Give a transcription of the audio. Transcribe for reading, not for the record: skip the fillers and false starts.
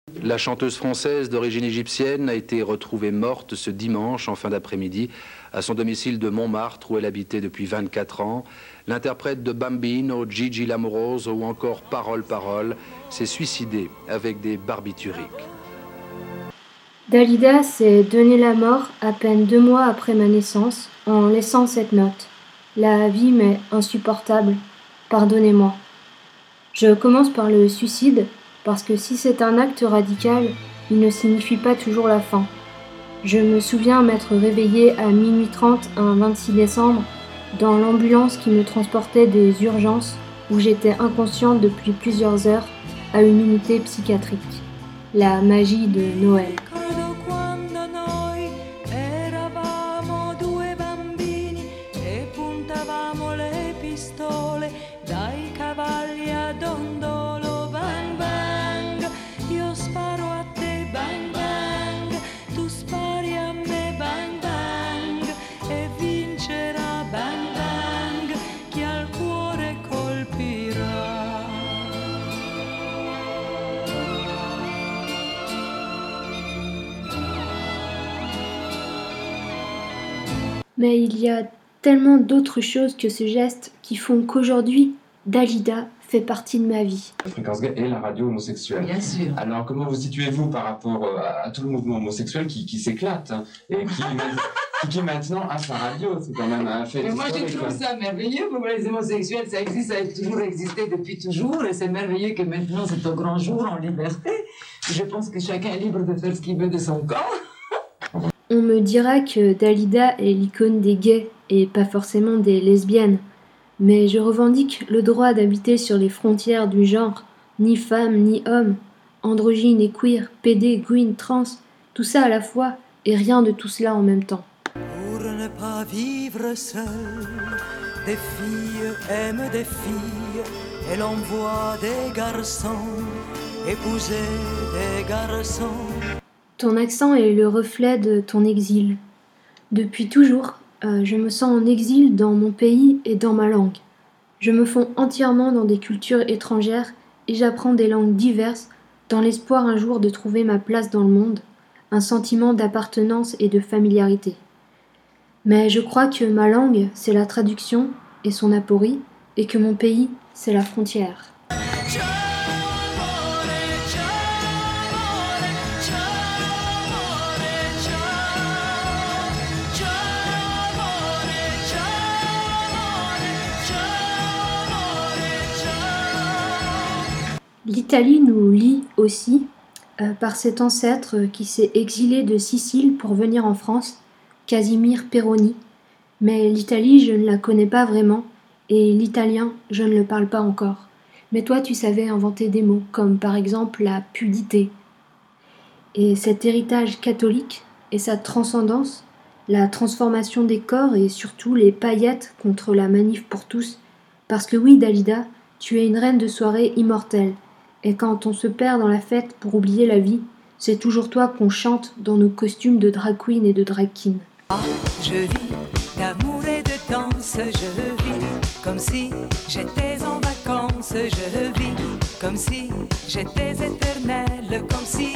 La chanteuse française d'origine égyptienne a été retrouvée morte ce dimanche en fin d'après-midi à son domicile de Montmartre où elle habitait depuis 24 ans. L'interprète de Bambino, Gigi Lamoroso ou encore Parole Parole s'est suicidée avec des barbituriques. Dalida s'est donné la mort à peine 2 mois après ma naissance en laissant cette note. La vie m'est insupportable. Pardonnez-moi. Je commence par le suicide parce que si c'est un acte radical, il ne signifie pas toujours la fin. Je me souviens m'être réveillée à minuit 30 un 26 décembre dans l'ambulance qui me transportait des urgences où j'étais inconsciente depuis plusieurs heures à une unité psychiatrique. La magie de Noël. Mais il y a tellement d'autres choses que ce geste qui font qu'aujourd'hui, Dalida fait partie de ma vie. Fréquence Gay et la radio homosexuelle. Bien sûr. Alors, comment vous situez-vous par rapport à tout le mouvement homosexuel qui s'éclate et qui maintenant a sa radio? C'est quand même un fait. Mais moi, je trouve ça merveilleux pour les homosexuels. Ça existe, ça a toujours existé depuis toujours. Et c'est merveilleux que maintenant, c'est au grand jour, en liberté. Je pense que chacun est libre de faire ce qu'il veut de son corps. On me dira que Dalida est l'icône des gays et pas forcément des lesbiennes. Mais je revendique le droit d'habiter sur les frontières du genre, ni femme ni homme, androgyne et queer, PD, green, trans, tout ça à la fois et rien de tout cela en même temps. Pour ne pas vivre seul, des filles aiment des filles et l'on voit des garçons épouser des garçons. Ton accent est le reflet de ton exil. Depuis toujours, je me sens en exil dans mon pays et dans ma langue. Je me fonds entièrement dans des cultures étrangères et j'apprends des langues diverses dans l'espoir un jour de trouver ma place dans le monde, un sentiment d'appartenance et de familiarité. Mais je crois que ma langue, c'est la traduction et son aporie, et que mon pays, c'est la frontière. L'Italie nous lie aussi par cet ancêtre qui s'est exilé de Sicile pour venir en France, Casimir Perroni. Mais l'Italie, je ne la connais pas vraiment, et l'italien, je ne le parle pas encore. Mais toi, tu savais inventer des mots, comme par exemple la pudité. Et cet héritage catholique et sa transcendance, la transformation des corps et surtout les paillettes contre la manif pour tous. Parce que oui, Dalida, tu es une reine de soirée immortelle. Et quand on se perd dans la fête pour oublier la vie, c'est toujours toi qu'on chante dans nos costumes de drag queen et de drag king. Je vis d'amour et de danse, je vis comme si j'étais en vacances, je vis comme si j'étais éternelle, comme si